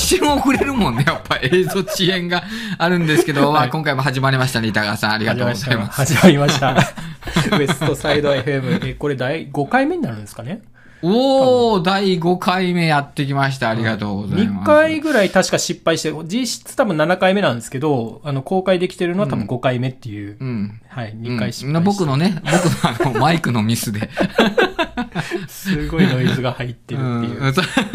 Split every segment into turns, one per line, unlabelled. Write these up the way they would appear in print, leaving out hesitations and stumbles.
瞬遅れるもんね、やっぱ映像遅延があるんですけど、
はい
今回も始まりましたね、板川さん、ありがとうございます。
始まりました。ウエストサイド FM。これ第5回目になるんですかね。
おー、第5回目やってきました。ありがとうございます。
2回ぐらい確か失敗して、実質多分7回目なんですけど、公開できてるのは多分5回目っていう。はい、2回失敗して。
僕のマイクのミスで。
すごいノイズが入ってるっていう。はい。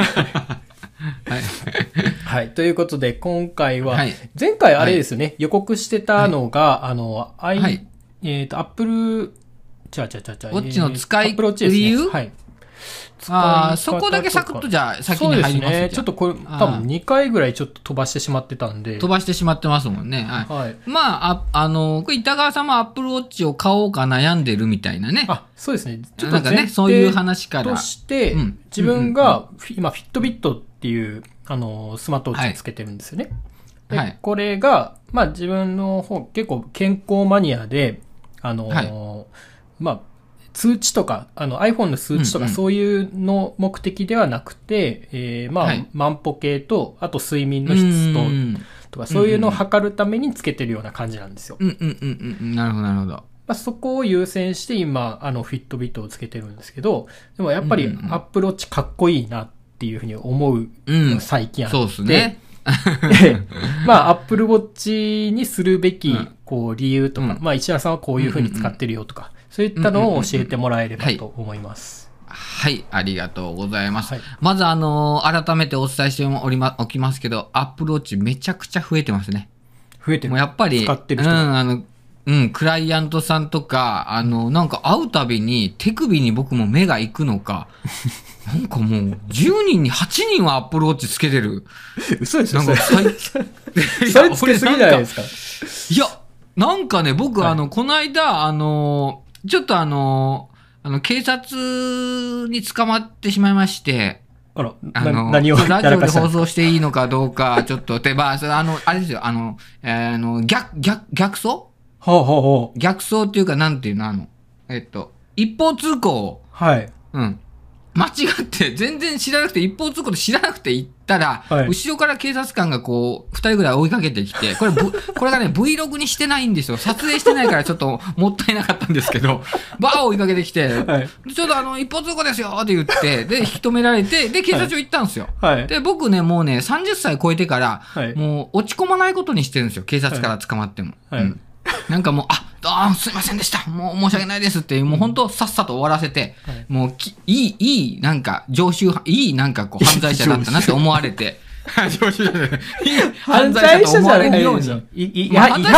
はい。ということで、今回は、前回あれですよね、予告してたのが、アップル、ウォ
ッチの使い理由はい。そこだけサクッとじゃあ先に入ります。そうですね。
ちょっとこれ多分2回ぐらいちょっと飛ばしてしまってたんで。
飛ばしてしまってますもんね。はい。まあ、これ板川さんもアップルウォッチを買おうか悩んでるみたいなね。
そうですね。
ちょっとね、そういう話から。
として、自分が今フィットビットっていう、スマートウォッチをつけてるんですよね。はい。これが、まあ自分の方結構健康マニアで、まあ、通知とか、iPhone の数値とかそういうの目的ではなくて、まあ、万歩計と、あと睡眠の質とか、そういうのを測るためにつけてるような感じなんですよ。
なるほど、なるほど。
まあ、そこを優先して今、フィットビットをつけてるんですけど、でもやっぱり Apple Watch かっこいいなっていうふうに思う最近あって、
そうですね。
まあ、Apple Watch にするべき、こう、理由とか、まあ、石原さんはこういうふうに使ってるよとか、そういったのを教えてもらえればと思います。
はい、ありがとうございます。まず改めてお伝えしておきますけど、Apple Watch めちゃくちゃ増えてますね。
増えてる。
もうやっぱり、
使ってる人が。
クライアントさんとか、なんか会うたびに手首に僕も目が行くのか、なんかもう、10人に8人は Apple Watch つけてる。
嘘でしょ
なんか
それつけすぎじゃないですか。
いや、なんかね、僕、この間、ちょっと警察に捕まってしまいまして、
何を
ラジオで放送していいのかどうか、ちょっと、あれですよ、逆走逆走っていうか、なんていうの、一方通行を、間違って、全然知らなくて、一方通行で知らなくて行ったら、後ろから警察官がこう、2人ぐらい追いかけてきて、これがね、Vlog にしてないんですよ。撮影してないからちょっともったいなかったんですけど、バー追いかけてきて、ちょっと一方通行ですよって言って、で、引き止められて、で、警察署行ったんですよ。で、僕ね、もうね、30歳超えてから、もう落ち込まないことにしてるんですよ。警察から捕まっても。なんかもう、すいませんでした。もう申し訳ないですって、もう本当さっさと終わらせて、もういい、なんか、なんかこう、犯罪者だったなって思われて、常習じゃない。犯罪者と思われるように。違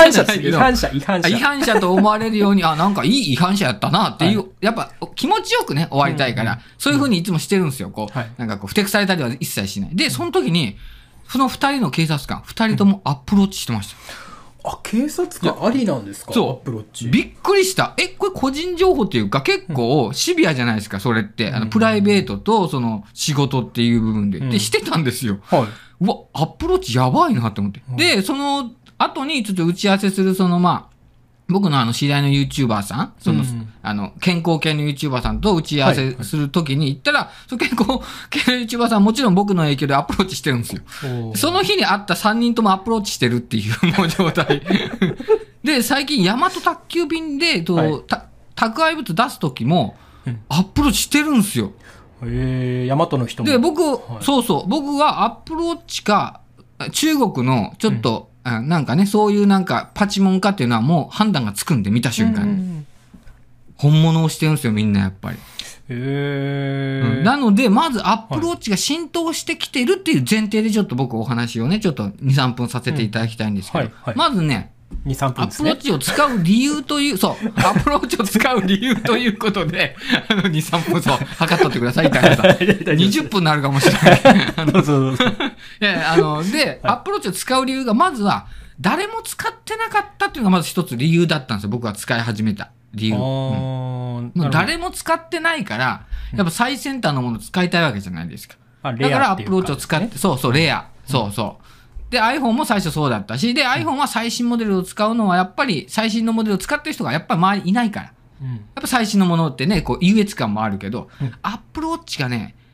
反者と思われるように、なんかいい違反者やったなっていう、やっぱ気持ちよくね、終わりたいから、そういうふうにいつもしてるんですよ。こう、なんかこう、ふてくされたりは一切しない。で、その時に、その二人の警察官、二人ともアプローチしてました。
警察官ありなんですか？
そう。アプローチ。びっくりした。これ個人情報っていうか結構シビアじゃないですか、それって。プライベートとその仕事っていう部分で。で、してたんですよ。うわ、アプローチやばいなって思って。で、その後にちょっと打ち合わせする僕の知り合いの YouTuber さん、健康系の YouTuber さんと打ち合わせするときに行ったら、その健康系の YouTuber さんもちろん僕の影響でアプローチしてるんですよ。その日に会った3人ともアプローチしてるっていうもう状態。で、最近、大和宅急便で、宅配物出すときも、アプローチしてるんですよ。
大和の人も。
で、僕はアプローチか、中国のちょっと、なんかね、そういうなんかパチモンかっていうのはもう判断がつくんで、見た瞬間に。本物をしてるんですよ、みんなやっぱり。なので、まずアップルウォッチが浸透してきてるっていう前提でちょっと僕お話をね、ちょっと2、3分させていただきたいんですけど、まずね、
2、3分
アップルウォッチを使う理由という、アップルウォッチを使う理由ということで、2、3分測っとってください、板谷さん。20分になるかもしれない。
そう。
で、アップルウォッチを使う理由が、まずは、誰も使ってなかったっていうのがまず一つ理由だったんですよ。僕が使い始めた理由。誰も使ってないから、やっぱ最先端のものを使いたいわけじゃないですか。だからアップルウォッチを使って、レア。で、iPhone も最初そうだったし、で、iPhone は最新モデルを使うのは、やっぱり最新のモデルを使ってる人がやっぱり周りいないから。やっぱ最新のものってね、こう優越感もあるけど、Apple Watch がね、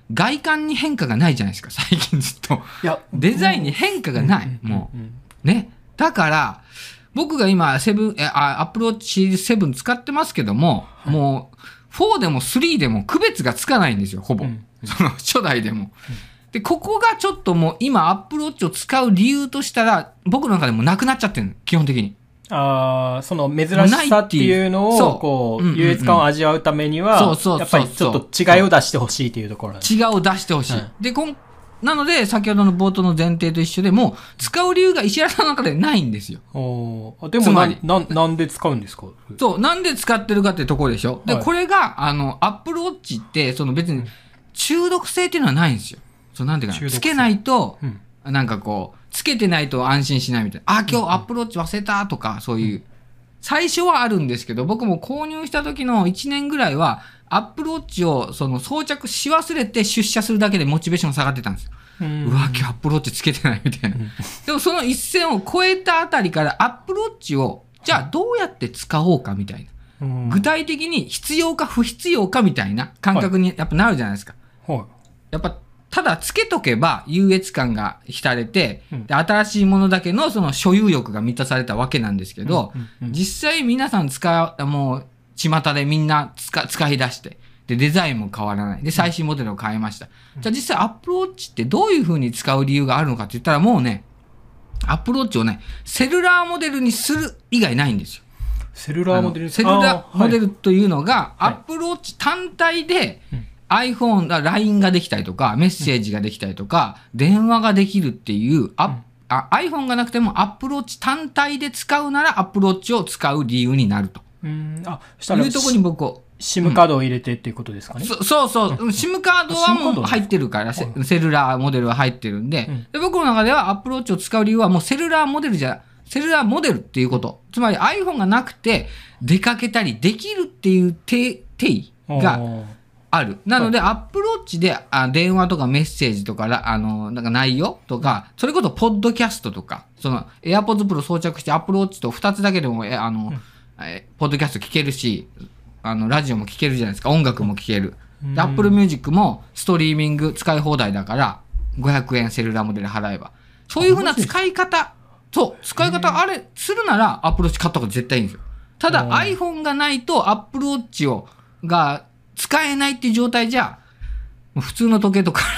外観に変化がないじゃないですか、最近ずっと。いや、デザインに変化がない。もう。ね。だから、僕が今、Apple Watch Series 7使ってますけども、もう、4でも3でも区別がつかないんですよ、ほぼ。その初代でも。で、ここがちょっともう今 Apple Watch を使う理由としたら、僕の中でもなくなっちゃってるの、基本的に。
その珍しさっていうのを、こう、優越感を味わうためには、やっぱりちょっと違いを出してほしいというところなんです。
違いを出してほしい。で、なので、先ほどの冒頭の前提と一緒でも、使う理由が石原さんの中でないんですよ。
でもなんで使うんですか？
そう、なんで使ってるかっていうところでしょ。で、これが、Apple Watch って、別に中毒性っていうのはないんですよ。なんていうかな、つけないと、なんかこう、つけてないと安心しないみたいな。今日アップルウォッチ忘れたとか、そういう。最初はあるんですけど、僕も購入した時の1年ぐらいは、アップルウォッチを装着し忘れて出社するだけでモチベーション下がってたんですよ。うわ、今日アップルウォッチつけてないみたいな。でもその一線を越えたあたりからアップルウォッチを、じゃあどうやって使おうかみたいな。具体的に必要か不必要かみたいな感覚にやっぱなるじゃないですか。やっぱただつけとけば優越感が浸れて、で新しいものだけのその所有欲が満たされたわけなんですけど、実際皆さんもう巷でみんな使い出して、でデザインも変わらない。で最新モデルを変えました。じゃあ実際 Apple Watch ってどういう風に使う理由があるのかって言ったらもうね、Apple Watch をね、セルラーモデルにする以外ないんですよ。
セルラーモデル
セルラーモデルというのが、Apple Watch 単体で、iPhone が LINE ができたりとか、メッセージができたりとか、電話ができるっていう、iPhone がなくても Apple Watch 単体で使うなら Apple Watch を使う理由になると。
したら
いうところに僕を。
SIM カードを入れてっていうことですかね。
そう。SIM カードはもう入ってるから、セルラーモデルは入ってるんで、で僕の中では Apple Watch を使う理由はもうセルラーモデルっていうこと。つまり iPhone がなくて出かけたりできるっていう定義が、ある。なので、Apple Watch で電話とかメッセージとか、なんか内容とか、それこそポッドキャストとか、AirPods Pro 装着して Apple Watch と2つだけでも、ポッドキャスト聞けるし、ラジオも聞けるじゃないですか。音楽も聞ける。で Apple Music もストリーミング使い放題だから、500円セルラーモデル払えば。そういうふうな使い方するなら Apple Watch 買った方が絶対いいんですよ。ただ iPhone がないと Apple Watch が使えないっていう状態じゃ、普通の時計とか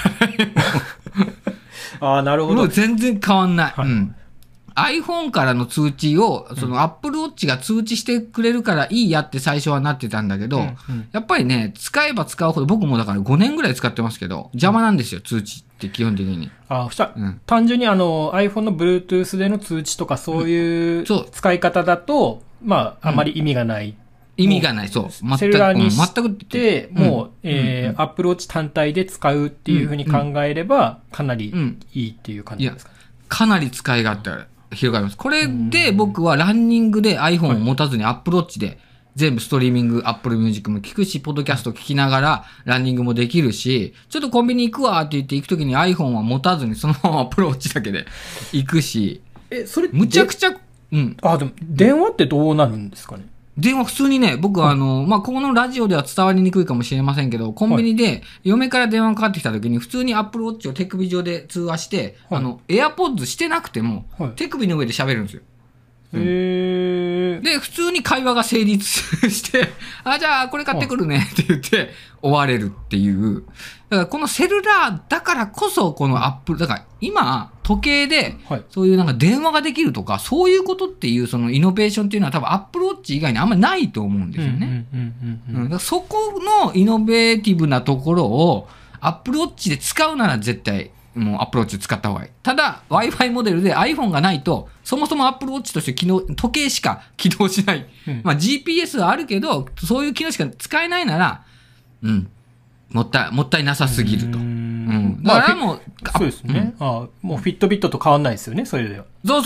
なるほど。
もう全然変わんない。iPhone からの通知を、Apple Watch が通知してくれるからいいやって最初はなってたんだけど、やっぱりね、使えば使うほど、僕もだから5年ぐらい使ってますけど、邪魔なんですよ、通知って基本的に。
単純にiPhone の Bluetooth での通知とかそういう使い方だと、あまり意味がない。
意味がない、そう。
セルラーにして、もう、Apple Watch 単体で使うっていうふうに考えれば、かなりいいっていう感じですかね。
かなり使い勝手が広がります。これで僕はランニングで iPhone を持たずに Apple Watch で全部ストリーミング、Apple Music も聞くし、ポッドキャスト聞きながらランニングもできるし、ちょっとコンビニ行くわって言って行くときに iPhone は持たずにそのまま Apple Watch だけで行くし、
それ
むちゃくちゃ、
でも電話ってどうなるんですかね？
電話普通にね、僕はここのラジオでは伝わりにくいかもしれませんけど、コンビニで嫁から電話かかってきた時に普通に Apple Watch を手首上で通話して、AirPods してなくても、手首の上で喋るんですよ。で、普通に会話が成立して、じゃあこれ買ってくるねって言って終われるっていう。だからこのセルラーだからこそこのApple、だから今時計でそういうなんか電話ができるとか、そういうことっていうそのイノベーションっていうのは多分Apple Watch以外にあんまりないと思うんですよね。そこのイノベーティブなところをApple Watchで使うなら絶対もう Apple Watch 使った方がいい。ただ Wi-Fi モデルで iPhone がないとそもそも Apple Watch として時計しか起動しない。GPS はあるけどそういう機能しか使えないなら、もったいなさすぎると。だからもう、
そうですね。もうフィットビットと変わんないですよね、それでは。
そう、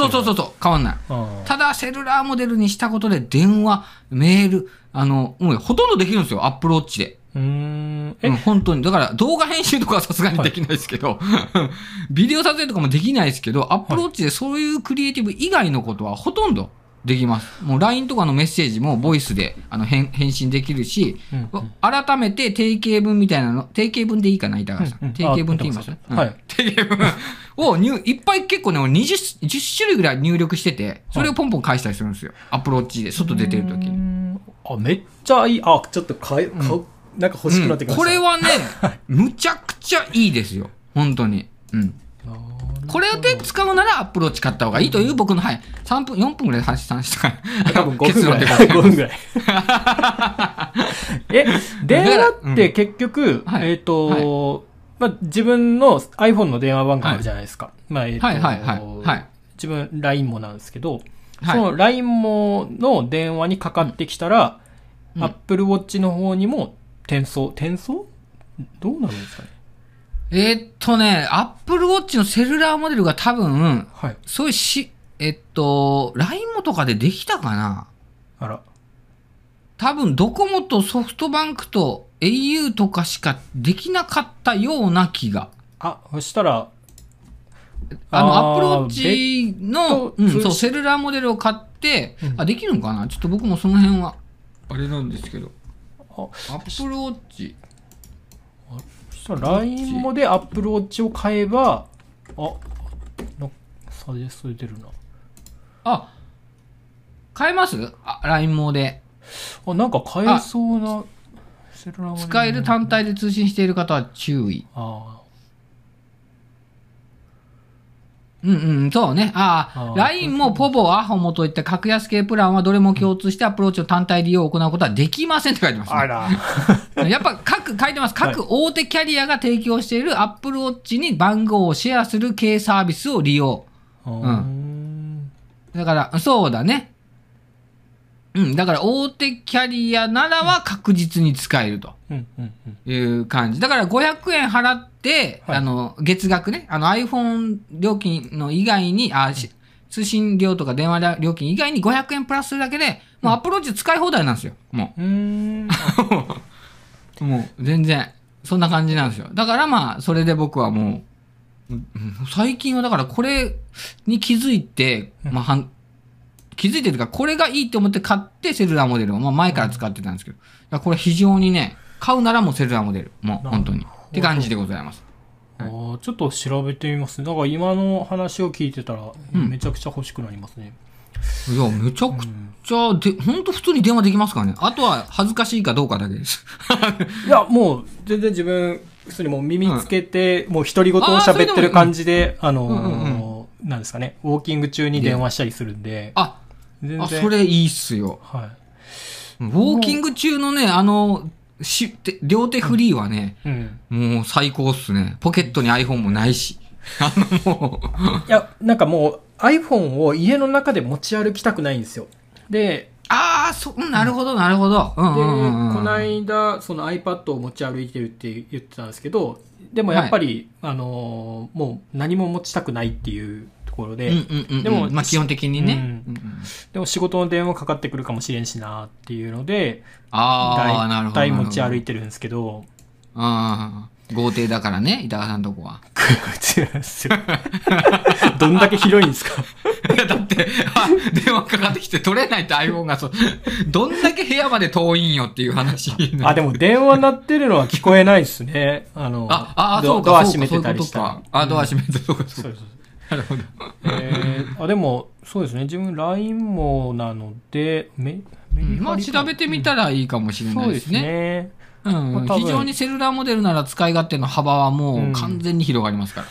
変わんない。ただ、セルラーモデルにしたことで、電話、メール、もうほとんどできるんですよ、Apple Watch で。本当に。だから、動画編集とかはさすがにできないですけど、ビデオ撮影とかもできないですけど、Apple Watch でそういうクリエイティブ以外のことはほとんどできます。もう LINE とかのメッセージもボイスで返信できるし、改めて定型文みたいなの、定型文でいいかな、板川さん。定型文って言います？はい。定型文をいっぱい結構ね、10種類ぐらい入力してて、それをポンポン返したりするんですよ。アプローチで、外出てるときに。
あ、めっちゃいい。あ、ちょっとなんか欲しくなってきました。
これはね、むちゃくちゃいいですよ。本当に。うん。これで使うならアプローチ買った方がいいという僕の、はい、3分、4分ぐらい発散したから。
多分5分ぐらい。5分ぐらい。電話って結局、まあ、自分の iPhone の電話番号あるじゃないですか。まあ、自分 LINE もなんですけど、その LINE もの電話にかかってきたら、Apple Watch の方にも転送どうなるんですかね。
Apple Watch のセルラーモデルが多分、そういうLINE もとかでできたかな。
あら。
多分、ドコモとソフトバンクと au とかしかできなかったような気が。
そしたら、
Apple Watch の、そう、セルラーモデルを買って、できるのかな？ちょっと僕もその辺は、あれなんですけど。Apple Watch。
LINE もで Apple Watch を買えば、サジェスト出るな。
買えます？LINE もで。
なんか買えそうな。
使える単体で通信している方は注意。そうね。LINE もポボ、アホもといった格安系プランはどれも共通してアプローチの単体利用を行うことはできませんって書いてます、ね。
あら。
やっぱ書いてます。各大手キャリアが提供している Apple Watch に番号をシェアする系サービスを利用。だから、そうだね。だから大手キャリアならは確実に使えるという感じ。だから500円払って、月額ね、iPhone 料金の以外に、通信料とか電話料金以外に500円プラスするだけで、もうアプローチ使い放題なんですよ。もう。もう全然、そんな感じなんですよ。だからまあ、それで僕はもう、最近はだからこれに気づいて、気づいてるから、これがいいと思って買ってセルラーモデルを、前から使ってたんですけど、これ非常にね、買うならもうセルラーモデル。もう本当に。って感じでございます。
ちょっと調べてみますね。だから今の話を聞いてたら、めちゃくちゃ欲しくなりますね。
いや、めちゃくちゃ、本当普通に電話できますからね。あとは恥ずかしいかどうかだけです。
いや、もう全然自分、普通にもう耳つけて、もう独り言を喋ってる感じで、なんですかね、ウォーキング中に電話したりするんで。それいいっすよ。ウォーキング中のね、両手フリーはね、もう最高っすね。ポケットに iPhone もないし。もう。いや、なんかもう iPhone を家の中で持ち歩きたくないんですよ。で、
なるほど、なるほど。
で、この間、その iPad を持ち歩いてるって言ってたんですけど、でもやっぱり、もう何も持ちたくないっていうところで、
でも、基本的にね。
でも仕事の電話かかってくるかもしれんしなっていうので、
だ
いたい持ち歩いてるんですけど、
豪邸だからね、板川さんのとこは。
違うんですよ。どんだけ広いんですか？
だって、電話かかってきて取れないって iPhone がどんだけ部屋まで遠いんよっていう話。
でも電話鳴ってるのは聞こえないですね。ドア閉めてたりしたら。
ドア閉めてたりとか。そう。なるほ
ど。でも、そうですね。自分 LINE もなので、
調べてみたらいいかもしれないですね。そうですね。非常にセルラーモデルなら使い勝手の幅はもう完全に広がりますから。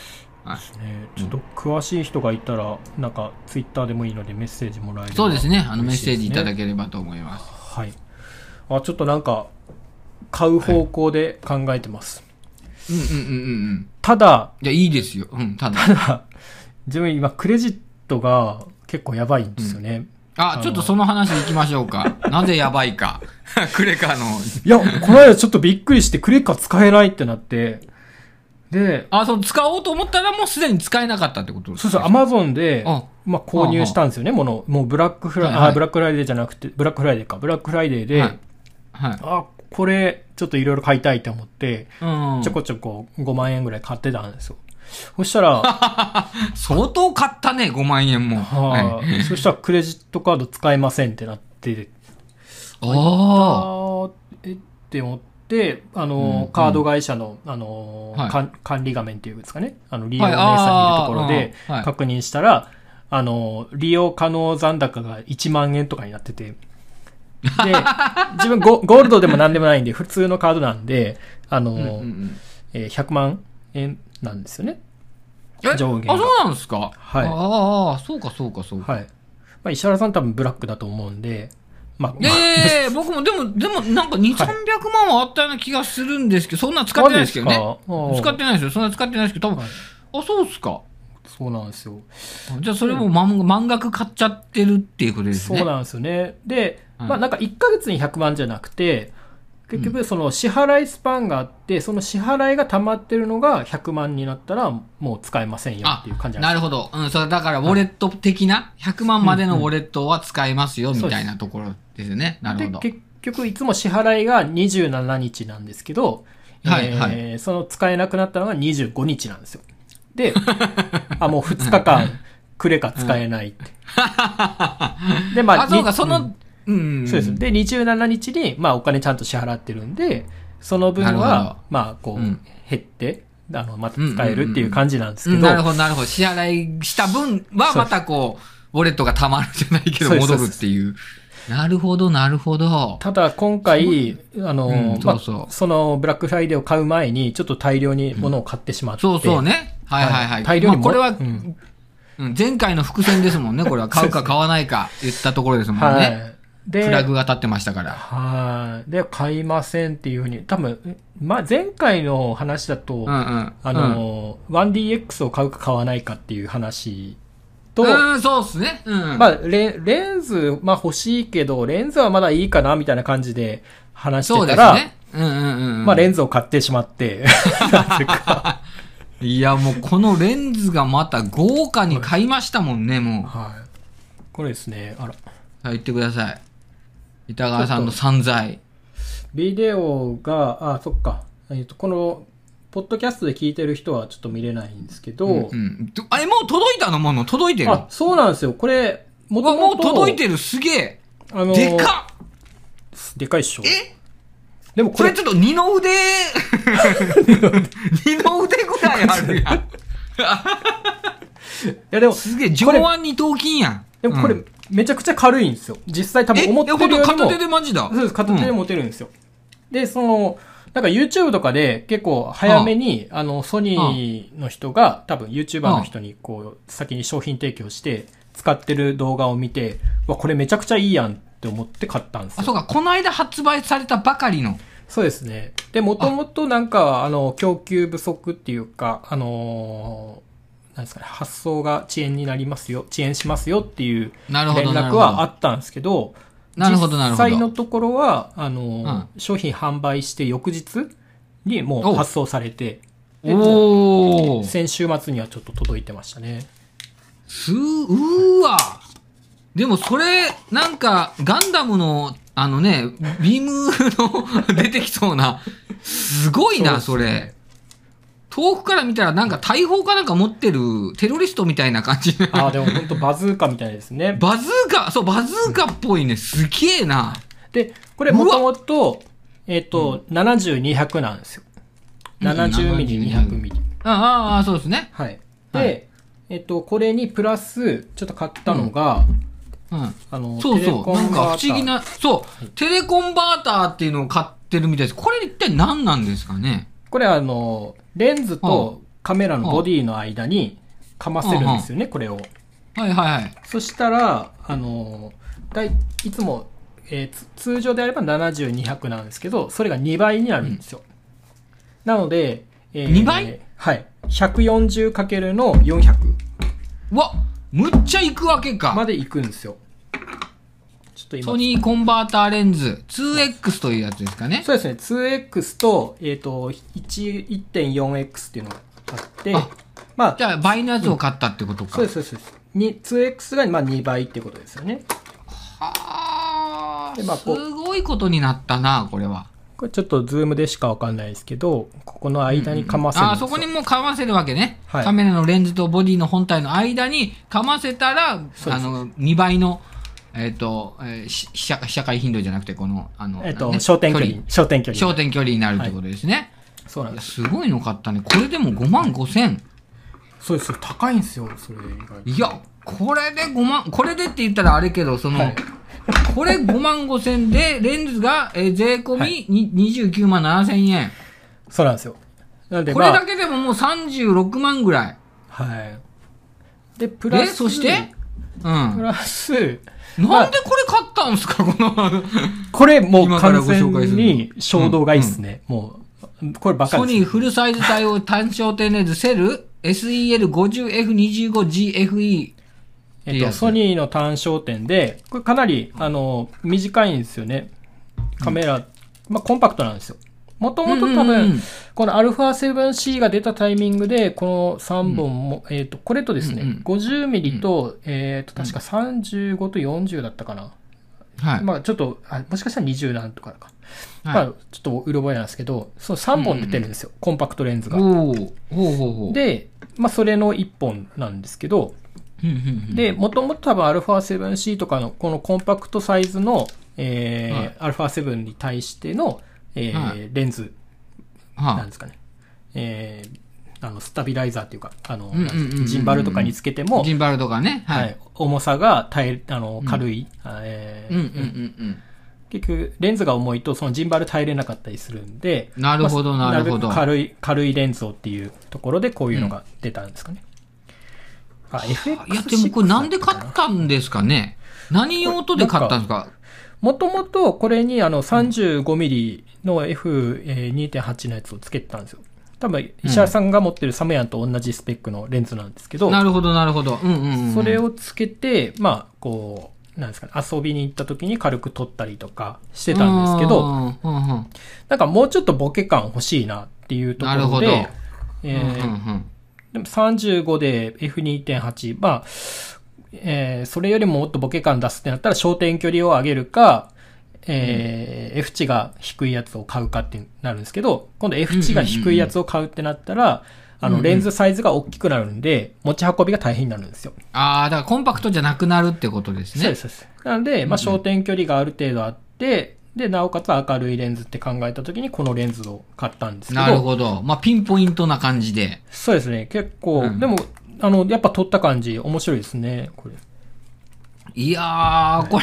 ちょっと詳しい人がいたら、なんかツイッターでもいいのでメッセージもらえれば。
そうですね。メッセージいただければと思います。
はい。ちょっとなんか、買う方向で考えてます。ただ、
いいですよ。ただ、
自分今クレジットが結構やばいんですよね。
ちょっとその話行きましょうか。なぜやばいか。クレカの。
いや、この間ちょっとびっくりしてクレカ使えないってなって。で、
使おうと思ったらもうすでに使えなかったってことですか？
そう、アマゾンで、購入したんですよね、もうブラックフライデーじゃなくて、ブラックフライデーで、これ、ちょっといろいろ買いたいと思って、ちょこちょこ5万円ぐらい買ってたんですよ。 そしたら、
相当買ったね、5万円も。
はい。そしたらクレジットカード使えませんってなって、
ああ。
って思って、カード会社の、管理画面っていうんですかね。利用明細見るところで確認したら、利用可能残高が1万円とかになってて、で、自分ゴールドでも何でもないんで、普通のカードなんで、100万円なんですよね。
上限が。あ、そうなんですか？はい。ああ、そうか。
はい。まあ、石原さん多分ブラックだと思うんで、まあ。
僕も、でも、なんか2、300万はあったような気がするんですけど、そんな使ってないですけどね。使ってないですよ。そんな使ってないですけど、多分、あ、そうっすか。
そうなんですよ。
じゃあそれも満額買っちゃってるっていうことですね。
そうなんですよね。で、まあなんか1ヶ月に100万じゃなくて、結局その支払いスパンがあって、その支払いが溜まってるのが100万になったらもう使えませんよっていう感じなんです。
なるほど。それだからウォレット的な100万までのウォレットは使えますよみたいなところですね。なるほど。
で、結局いつも支払いが27日なんですけど、その使えなくなったのが25日なんですよ。で、もう2日間くれか使えないって。で、まあ、
そうか、そう
です。で、27日に、まあ、お金ちゃんと支払ってるんで、その分は、まあ、こう、減って、また使えるっていう感じなんですけど。
なるほど。支払いした分は、またこう、ウォレットが溜まるじゃないけど、戻るっていう。なるほど。た
だ、今回、そのブラックフライデーを買う前に、ちょっと大量に物を買ってしまって。
そうね。はい。大量にこれは、前回の伏線ですもんね。これは買うか買わないか言ったところですもんね。で、フラグが立ってましたから。
で、買いませんっていうふうに、多分、前回の話だと、1DX を買うか買わないかっていう話と、
そうですね。
まあ、レンズ、まあ欲しいけど、レンズはまだいいかなみたいな感じで話してたら、まあレンズを買ってしまって、
いや、もうこのレンズがまた豪華に買いましたもんね、もう。
はい。これですね、
言ってください。板川さんの散財。
ビデオが、そっか。この、ポッドキャストで聞いてる人はちょっと見れないんですけど。もう
届いたの？届いてる？
そうなんですよ。これ、
もう届いてる、すげえ。でかっ！
でかいっしょ。
でもこれちょっと二の腕二の腕ぐらいあるやん。い
やでも、
すげえ、上腕二頭筋やん。
でもこれ、めちゃくちゃ軽いんですよ。実際多分思ってるよりも。
片手でマジだ。
そうです、片手で持てるんですよ。で、なんか YouTube とかで結構早めに、ソニーの人が、多分 YouTuber の人にこう、先に商品提供して使ってる動画を見て、これめちゃくちゃいいやんって思って買ったんですよ。
そうか、この間発売されたばかりの。
そうですね。で、もともとなんか、供給不足っていうか、なんですかね、発送が遅延になりますよ、遅延しますよっていう連絡はあったんですけど、実際のところは、商品販売して翌日にもう発送されて、先週末にはちょっと届いてましたね。
わ。でもそれ、なんか、ガンダムの、ビームの出てきそうな、すごいな、それ。遠くから見たらなんか大砲かなんか持ってるテロリストみたいな感じ。
でも本当バズーカみたいですね。
バズーカっぽいね。すげえな。
で、これもともと、70、200なんですよ。70ミリ、200ミリ。
そうですね。
はい。で、これにプラス、ちょっと買ったのが、
そうそう。なんか不思議な、テレコンバーターっていうのを買ってるみたいです。これ一体何なんですかね？
これレンズとカメラのボディの間にかませるんですよね、これを。そしたら、いつも、通常であれば70、200なんですけど、それが2倍になるんですよ。なので、
2倍？
はい。140× の400。
むっちゃ行くわけか。
まで行くんですよ。ちょっと今。
ソニーコンバーターレンズ 2X というやつですかね。
そうですね。2X と、1.4X っていうのがあって、
じゃあ倍のやつを買ったってことか。
そうです。2X が2倍ってことですよね。
はあ。すごいことになったな、これは。
これちょっとズームでしかわかんないですけど、ここの間にかませるんですよ。
そこにもうかませるわけね。 カメラのレンズとボディの本体の間にかませたら、2倍の、被写界頻度じゃなくて、
焦点距離。
焦点距離になるってことですね。
そうなんです。
すごいの買ったね。これでも55,000。
そうです。高いんですよ、それ。
いや、これでこれでって言ったらあれけど、これ55,000で、レンズが、税込み297,000円。
そうなんですよ。
なんで、これだけでももう36万ぐらい。
はい。で、プラス。
そして、
プラス、
なんでこれ買ったんですか、
これもう完全に衝動買いっすね。もう、こればっかり。
ソニーフルサイズ対応単焦点レンズセル SEL50F25GFE。
ソニーの単焦点で、これかなり、短いんですよね。カメラ、コンパクトなんですよ。もともと多分、この α7C が出たタイミングで、この3本も、これとですね、50mm と、確か35と40だったかな。はい。ちょっと、もしかしたら20なんとかか。はい。ちょっとうろ覚えなんですけど、その3本出てるんですよ。コンパクトレンズが。で、それの1本なんですけど、で、もともと多分 α7C とかのこのコンパクトサイズの、α7 に対しての、レンズ、なんですかね。スタビライザーっていうか、ジンバルとかにつけても、
ジンバルとかね。
はい。重さが軽い。結局、レンズが重いと、そのジンバル耐えれなかったりするんで、
なるほど、なるほど。
軽いレンズをっていうところで、こういうのが出たんですかね。
FX。いや、でもこれなんで買ったんですかね。何用途で買ったんですか。
もともとこれに35mm の F2.8 のやつをつけてたんですよ。多分、石原さんが持ってるサムヤンと同じスペックのレンズなんですけど。
なるほど、なるほど。
それをつけて、なんですかね、遊びに行った時に軽く撮ったりとかしてたんですけど、なんかもうちょっとボケ感欲しいなっていうところで、でも35で F2.8、それよりももっとボケ感出すってなったら焦点距離を上げるか、F 値が低いやつを買うかってなるんですけど、今度 F 値が低いやつを買うってなったら、レンズサイズが大きくなるんで、持ち運びが大変になるんですよ。
ああ、だからコンパクトじゃなくなるってことですね。
そうです。なので、焦点距離がある程度あって、で、なおかつ明るいレンズって考えたときにこのレンズを買ったんですけど。
なるほど。ピンポイントな感じで。
そうですね。結構、でも、やっぱ撮った感じ面白いですね、これ。
いやー、これ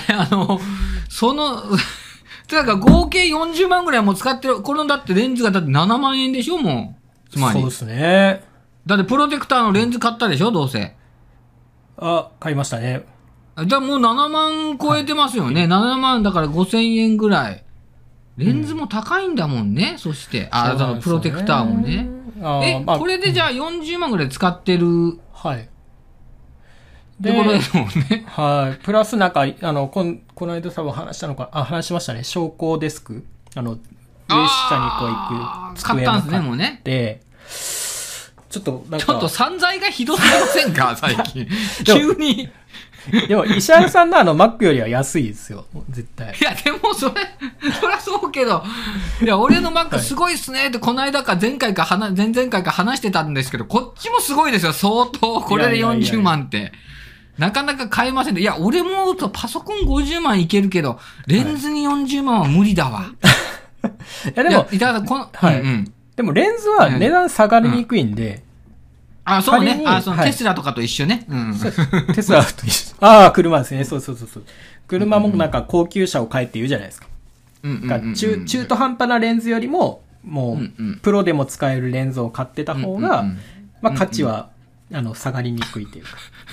なんか合計40万ぐらいも使ってる、このだってレンズがだって7万円でしょ、もう。つまり。
そうですね。
だってプロテクターのレンズ買ったでしょ、どうせ。
買いましたね。
じゃあもう7万超えてますよね。7万だから5,000円ぐらい。レンズも高いんだもんね、そして。プロテクターもね。これでじゃあ40万ぐらい使ってる。
はい。
ってことですもんね。
はい。プラスなんか、この間多分話しましたね。昇降デスク。上下に行く
机も買ったんですね、もうね。
で、ちょっ
と散財がひどすぎませんか、最近。急に。
でも、石原さんのMac よりは安いですよ。絶対。
いや、でもそりゃそうけど。いや、俺のMacすごいっすねって、この間か前々回か話してたんですけど、こっちもすごいですよ、相当。これで40万って。なかなか買えませんで。いや、俺もパソコン50万いけるけど、レンズに40万は無理だわ。
いや、でも、でもレンズは値段下がりにくいんで、
そうね。テスラとかと一緒ね。
テスラと一緒。車ですね。そう。車もなんか高級車を買えって言うじゃないですか。中途半端なレンズよりも、もう、プロでも使えるレンズを買ってた方が、価値は、下がりにくいというか。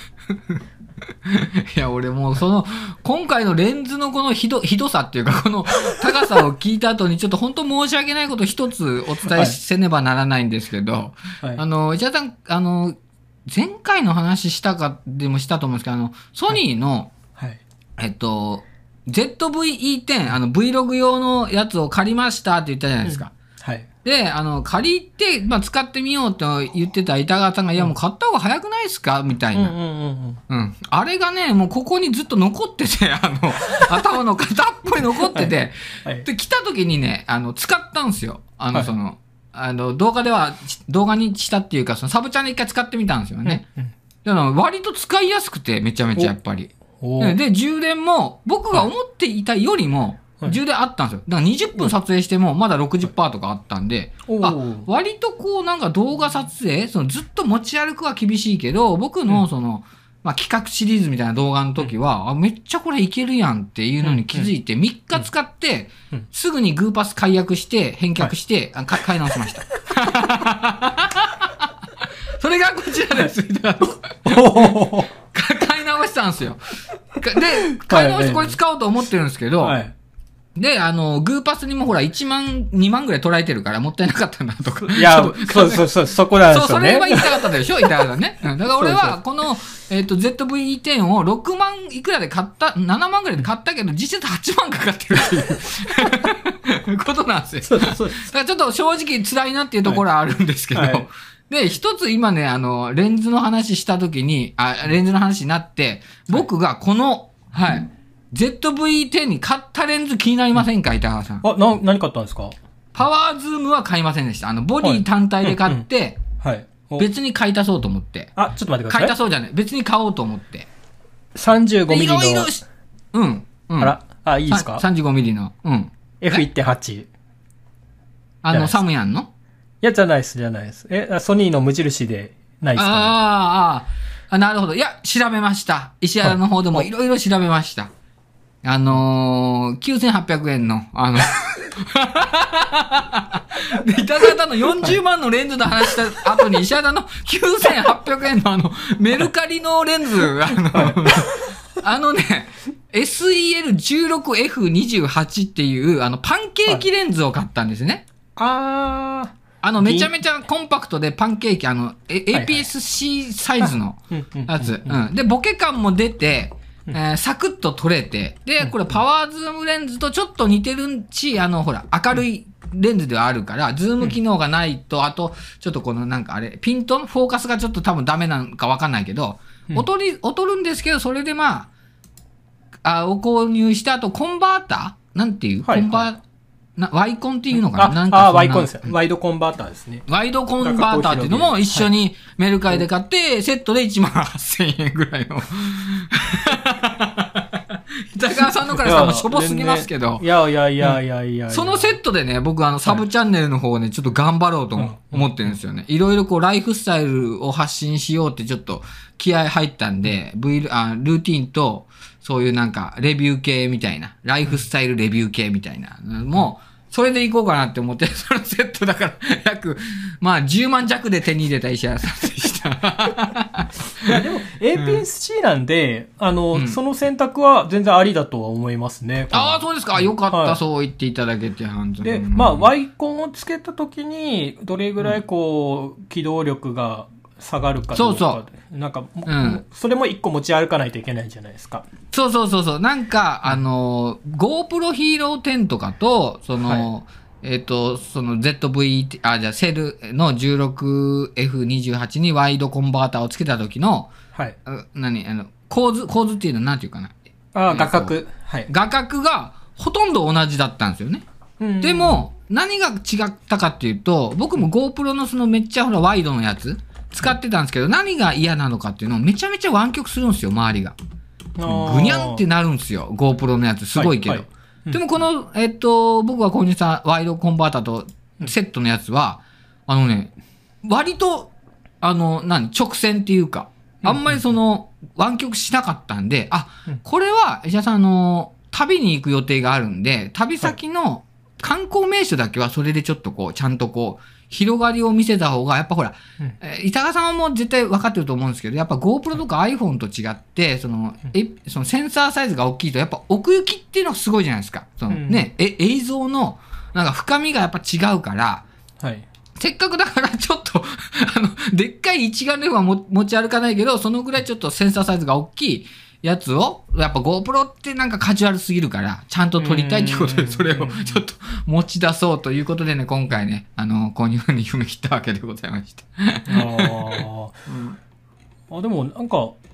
いや、俺もう今回のレンズのこのひどさっていうか、この高さを聞いた後にちょっと本当申し訳ないこと一つお伝えせねばならないんですけど、石原さん、前回の話したと思うんですけど、ソニーの、ZV-E10、Vlog 用のやつを借りましたって言ったじゃないですか。で、借りて、使ってみようと言ってた板川さんが、いや、もう買った方が早くないですかみたいな。あれがね、もうここにずっと残ってて、頭の片っぽに残ってて、で、来た時にね、使ったんですよ。 動画にしたっていうか、そのサブチャンネル一回使ってみたんですよね。だから割と使いやすくて、めちゃめちゃやっぱり。で、充電も、僕が思っていたよりも、充電あったんですよ。だから20分撮影しても、まだ 60% とかあったんで、割とこうなんか動画撮影、ずっと持ち歩くは厳しいけど、僕の企画シリーズみたいな動画の時は、めっちゃこれいけるやんっていうのに気づいて、3日使って、すぐにグーパス解約して、返却して、買い直しました。それがこちらです。買い直したんですよ。で、買い直してこれ使おうと思ってるんですけど、で、グーパスにもほら1万、2万ぐらい取られてるからもったいなかったなとか。
いや、そう、そこなんですよね。そう、
それは言いたかったでしょ言いたかったね。だから俺は、この、ZV-10 を6万いくらで買った、7万ぐらいで買ったけど、実質8万かかってるっていうことなんですよ。だからちょっと正直辛いなっていうところはあるんですけど、で、一つ今ね、レンズの話したときに、レンズの話になって、僕がこの、ZV-10 に買ったレンズ気になりませんか、板川さん。
何買ったんですか？
パワーズームは買いませんでした。ボディ単体で買って、別に買い足そうと思って。
ちょっと待ってください。
買い足そうじゃない。別に買おうと思って。
35ミリの。いいですか？
35 ミリの。
F1.8。
サムヤンの？
いや、じゃないです。ソニーの無印でないですかね。
なるほど。いや、調べました。石原の方でもいろいろ調べました。9800円の、で、いただいたの40万のレンズの話した後に、石原の9800円のメルカリのレンズ、SEL16F28 っていう、パンケーキレンズを買ったんですね。めちゃめちゃコンパクトでパンケーキ、APS-C サイズのやつ。で、ボケ感も出て、サクッと撮れて、で、これパワーズームレンズとちょっと似てるし、ほら、明るいレンズではあるから、ズーム機能がないと、あと、ちょっとこのなんかピントのフォーカスがちょっと多分ダメなのかわかんないけど、劣るんですけど、それでお購入した後、コンバーターなんていうワイコンっていうのかな
ワイコンですよ。ワイドコンバーターですね。
ワイドコンバーターっていうのも一緒にメルカリで買って、セットで18,000円ぐらいの。板川さんのからしたらもうしょぼすぎますけど。
いや。
そのセットでね、僕サブチャンネルの方をね、ちょっと頑張ろうと思ってるんですよね。いろいろこう、ライフスタイルを発信しようってちょっと気合入ったんで、ルーティンと、そういうなんか、レビュー系みたいな、ライフスタイルレビュー系みたいなのも、それでいこうかなって思って、そのセットだから、10万弱で手に入れた石原さんでした。
でも、APS-C なんで、その選択は全然ありだとは思いますね。
そうですか。よかった、そう言っていただけて、
で、ワイコンをつけたときに、どれぐらい機動力が下がるかどうか。なんか、それも一個持ち歩かないといけないじゃないですか。
そう。なんか、GoPro Hero 10とかと、その ZV、セルの 16F28 にワイドコンバーターをつけた時の、構図っていうのはなんていうかな。
画角。
画角がほとんど同じだったんですよね。でも、何が違ったかっていうと、僕も GoPro のそのめっちゃワイドのやつ、使ってたんですけど、何が嫌なのかっていうのをめちゃめちゃ湾曲するんですよ、周りが。ぐにゃんってなるんですよ、GoPro のやつ。すごいけど。でもこの、僕が購入したワイドコンバーターとセットのやつは、割と、直線っていうか、あんまり湾曲しなかったんで、これは、石田さん、旅に行く予定があるんで、旅先の観光名所だけはそれでちょっとちゃんと広がりを見せた方が、やっぱほら、板川さんも絶対分かってると思うんですけど、やっぱ GoPro とか iPhone と違って、そのセンサーサイズが大きいと、やっぱ奥行きっていうのがすごいじゃないですか。映像の、なんか深みがやっぱ違うから、せっかくだからちょっと、でっかい一眼レフは持ち歩かないけど、そのぐらいちょっとセンサーサイズが大きいやつを、やっぱ GoPro ってなんかカジュアルすぎるから、ちゃんと撮りたいということで、それをちょっと持ち出そうということでね、今回ね、購入に踏み切ったわけでございました。
でもなんか、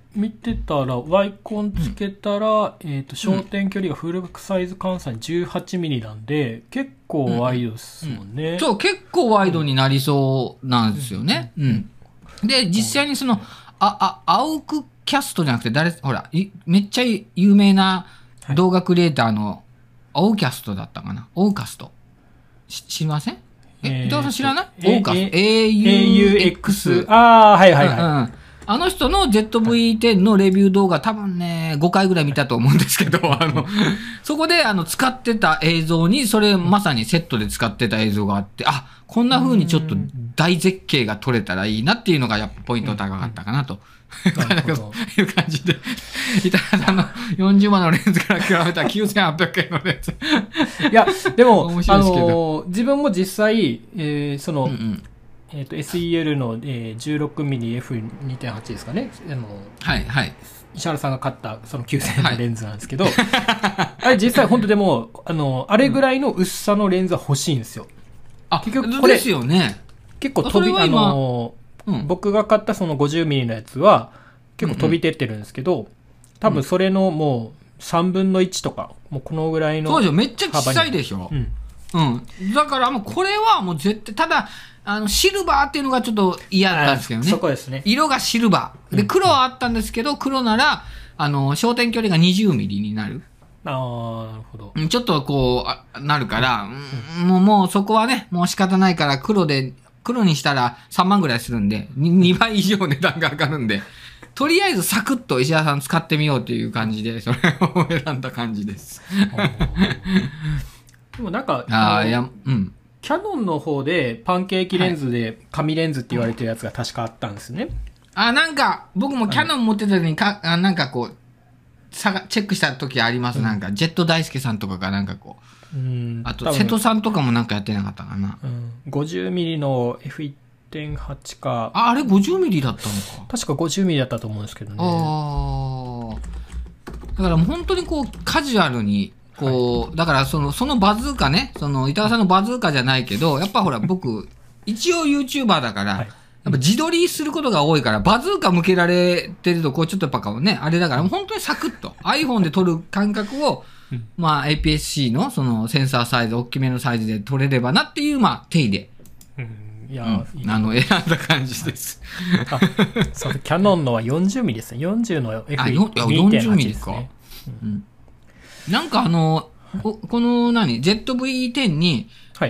見てたら、ワイコンつけたら、焦点距離がフルサイズ換算18ミリなんで、結構ワイドですもんね。
そう、結構ワイドになりそうなんですよね。で、実際に青くキャストじゃなくて、ほら、めっちゃ有名な動画クリエイターの、オーキャストだったかな、オーカスト。知りません？伊藤さん知らない？オーカスト。AUX。
はいはいはい。
あの人の ZV-10 のレビュー動画多分ね、5回ぐらい見たと思うんですけど、そこで使ってた映像に、それまさにセットで使ってた映像があって、こんな風にちょっと大絶景が撮れたらいいなっていうのがやっぱポイント高かったかなと。いう感じで、伊藤さんの40万のレンズから比べたら9800円のレンズ。
いや、でも、自分も実際、SEL の、16mmF2.8 ですかね。
はいはい。
石原さんが買ったその9000円のレンズなんですけど、あれ実際本当でも、あれぐらいの薄さのレンズは欲しいんですよ。
結局これですよね。
結構僕が買ったその 50mm のやつは結構飛び出てるんですけど、多分それのもう3分の1とか、もうこのぐらいの。
そうでしょ、めっちゃ小さいでしょ。だからもうこれはもう絶対、ただ、シルバーっていうのがちょっと嫌だったんですけどね。
そこですね。
色がシルバー。で、黒はあったんですけど、黒なら、焦点距離が20ミリになる。
なるほど。
ちょっとこう、なるから、もうそこはね、もう仕方ないから黒にしたら3万ぐらいするんで、2倍以上値段が上がるんで、とりあえずサクッと石田さん使ってみようという感じで、それを選んだ感じです。
でもなんか、キャノンの方でパンケーキレンズで紙レンズって言われてるやつが確かあったんですね。
なんか、僕もキャノン持ってた時になんかこう、チェックした時あります。なんか、ジェット大輔さんとかがなんかこう、あと、瀬戸さんとかもなんかやってなかったかな。
50mm の F1.8 か。
あれ 50mm だったのか。
確か 50mm だったと思うんですけどね。
だからもう本当にこう、カジュアルに、こう、だからそのバズーカね、板川さんのバズーカじゃないけど、やっぱほら僕、一応 YouTuber だから、やっぱ自撮りすることが多いから、バズーカ向けられてると、こうちょっとやっぱね、あれだから、本当にサクッと iPhone で撮る感覚を、APS-C のそのセンサーサイズ、大きめのサイズで撮れればなっていう、手入れ。選んだ感じです。
そう、キャノンのは 40mm ですね。40の F2.8 ですね。
なんかこのZV-10 に、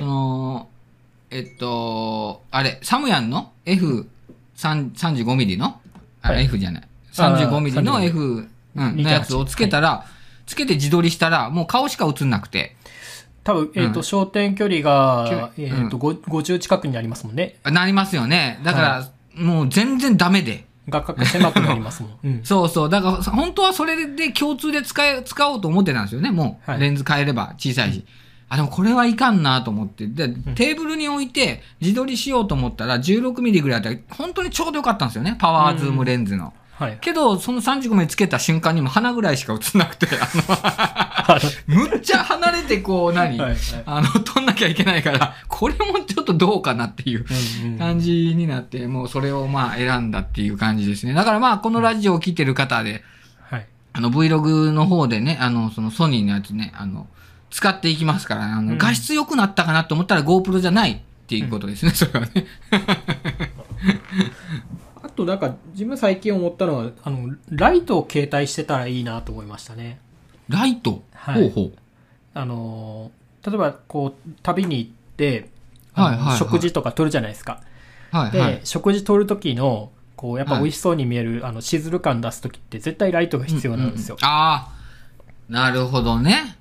あれ、サムヤンの F35mm の、F じゃない、35mm の F のやつをつけて自撮りしたら、もう顔しか映んなくて。
多分、焦点距離が、50近くになりますもんね。
なりますよね。だから、もう全然ダメで。
画角狭くなりますもん。
そうそう。だから、本当はそれで共通で使おうと思ってたんですよね。もう、レンズ変えれば小さいし。でもこれはいかんなと思って。で、テーブルに置いて自撮りしようと思ったら 16mm ぐらいだったら本当にちょうどよかったんですよね。パワーズームレンズの。けど、その35mmつけた瞬間にも鼻ぐらいしか映んなくて、むっちゃ離れてこう、撮んなきゃいけないから、これもちょっとどうかなっていう感じになって、もうそれを選んだっていう感じですね。だからこのラジオを聞いてる方で、Vlog の方でね、そのソニーのやつね、使っていきますから、画質良くなったかなと思ったら GoPro じゃないっていうことですね、それはね。
あとなんか自分最近思ったのはライトを携帯してたらいいなと思いましたね。
ライト、
ほうほう。例えばこう旅に行って食事とか撮るじゃないですか。で食事撮る時のこうやっぱ美味しそうに見えるシズル感出す時って絶対ライトが必要なんですよ。
なるほどね。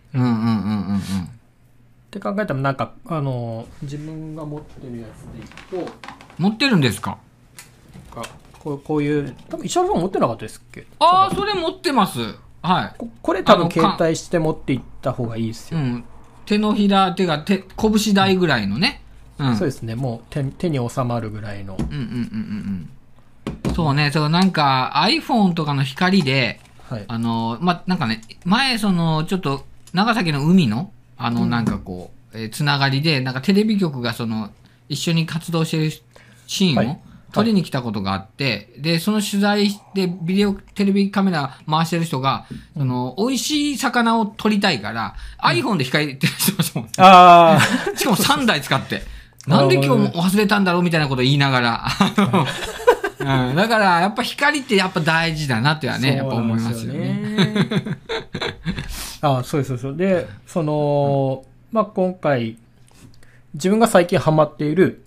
って考えたらなんか自分が持ってるやつでいくと。
持ってるんですか？
こういう多分石原さん持ってなかったですっけ？
それ持ってます。
これ多分携帯して持っていった方がいいですよ。
手のひら拳台ぐらいのね。
そうですね。もう手に収まるぐらいの。
そうね。なんか iPhone とかの光で、なんかね、前ちょっと長崎の海のなんかこうつながりでなんかテレビ局が一緒に活動してるシーンを撮りに来たことがあって、で、その取材でテレビカメラ回してる人が、美味しい魚を撮りたいから、iPhone で光ってしてましたもん。
あ
あ。しかも3台使って。なんで今日も忘れたんだろうみたいなこと言いながら。うん、だから、やっぱ光ってやっぱ大事だなってはね、やっぱ思いますよね。
そうです、そうです。で、まあ、今回、自分が最近ハマっている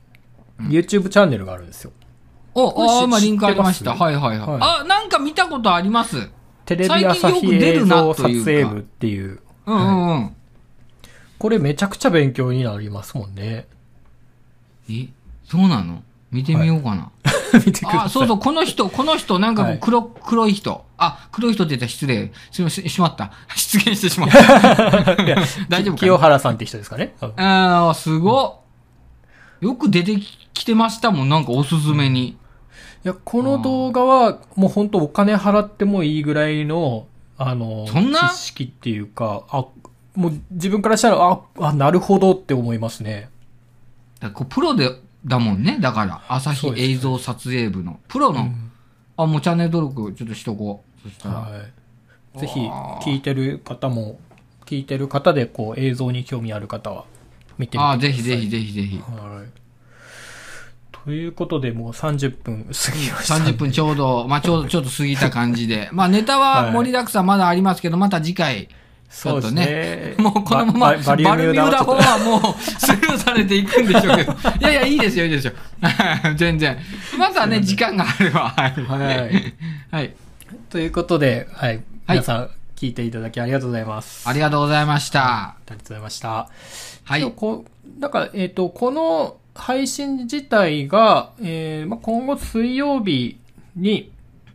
YouTube チャンネルがあるんですよ。
今リンクありました。はいはいはい。あ、なんか見たことあります。
テレビ朝日映像撮影部っていう。
うんうん。
これめちゃくちゃ勉強になりますもんね。
そうなの？見てみようかな。
見てください。
そうそう、この人、なんか黒い人。黒い人って言ったら失礼。しまった。失言してしまった。大丈夫かな？
清原さんって人ですかね。
すごっ。よく出てきてましたもん、なんかおすすめに。
いや、この動画は、もう本当お金払ってもいいぐらいの、
そんな
知識っていうか、もう自分からしたら、なるほどって思いますね。
プロだもんね。だから、朝日映像撮影部の。プロの、もうチャンネル登録ちょっとしとこう。そしたら。
ぜひ、聞いてる方で、映像に興味ある方は、見てみてください。
ぜひぜひぜひぜひ。
ということで、もう30分過ぎました。
30分ちょうど過ぎた感じで。ネタは盛りだくさんまだありますけど、また次回、ちょっとね。もうこのまま、バルミューダ法はもうスルーされていくんでしょうけど。いやいや、いいですよ、いいですよ。全然。まずはね、時間があれば。
はい。ということで、皆さん、聞いていただきありがとうございます。
ありがとうございました。
ありがとうございました。
はい。
だから、この配信自体が、今後水曜日に、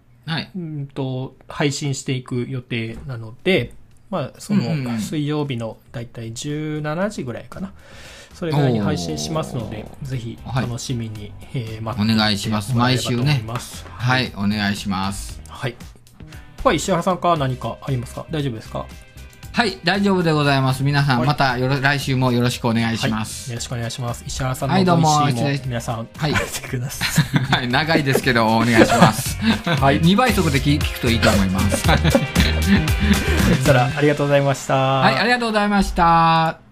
配信していく予定なので、水曜日のだいたい17時ぐらいかな。それぐらいに配信しますので、ぜひ楽しみに、
お願いします。毎週ね。はい、お願いします。
はい。石原さんから何かありますか？大丈夫ですか？
はい、大丈夫でございます。皆さん、また来週もよろしくお願いします。
よろしくお願いします。石原さんのご意思も皆さん、書いてください。
はい、長いですけど、お願いします。はい、2倍速で聞くといいと思います。
そしたら、ありがとうございました。
はい、ありがとうございました。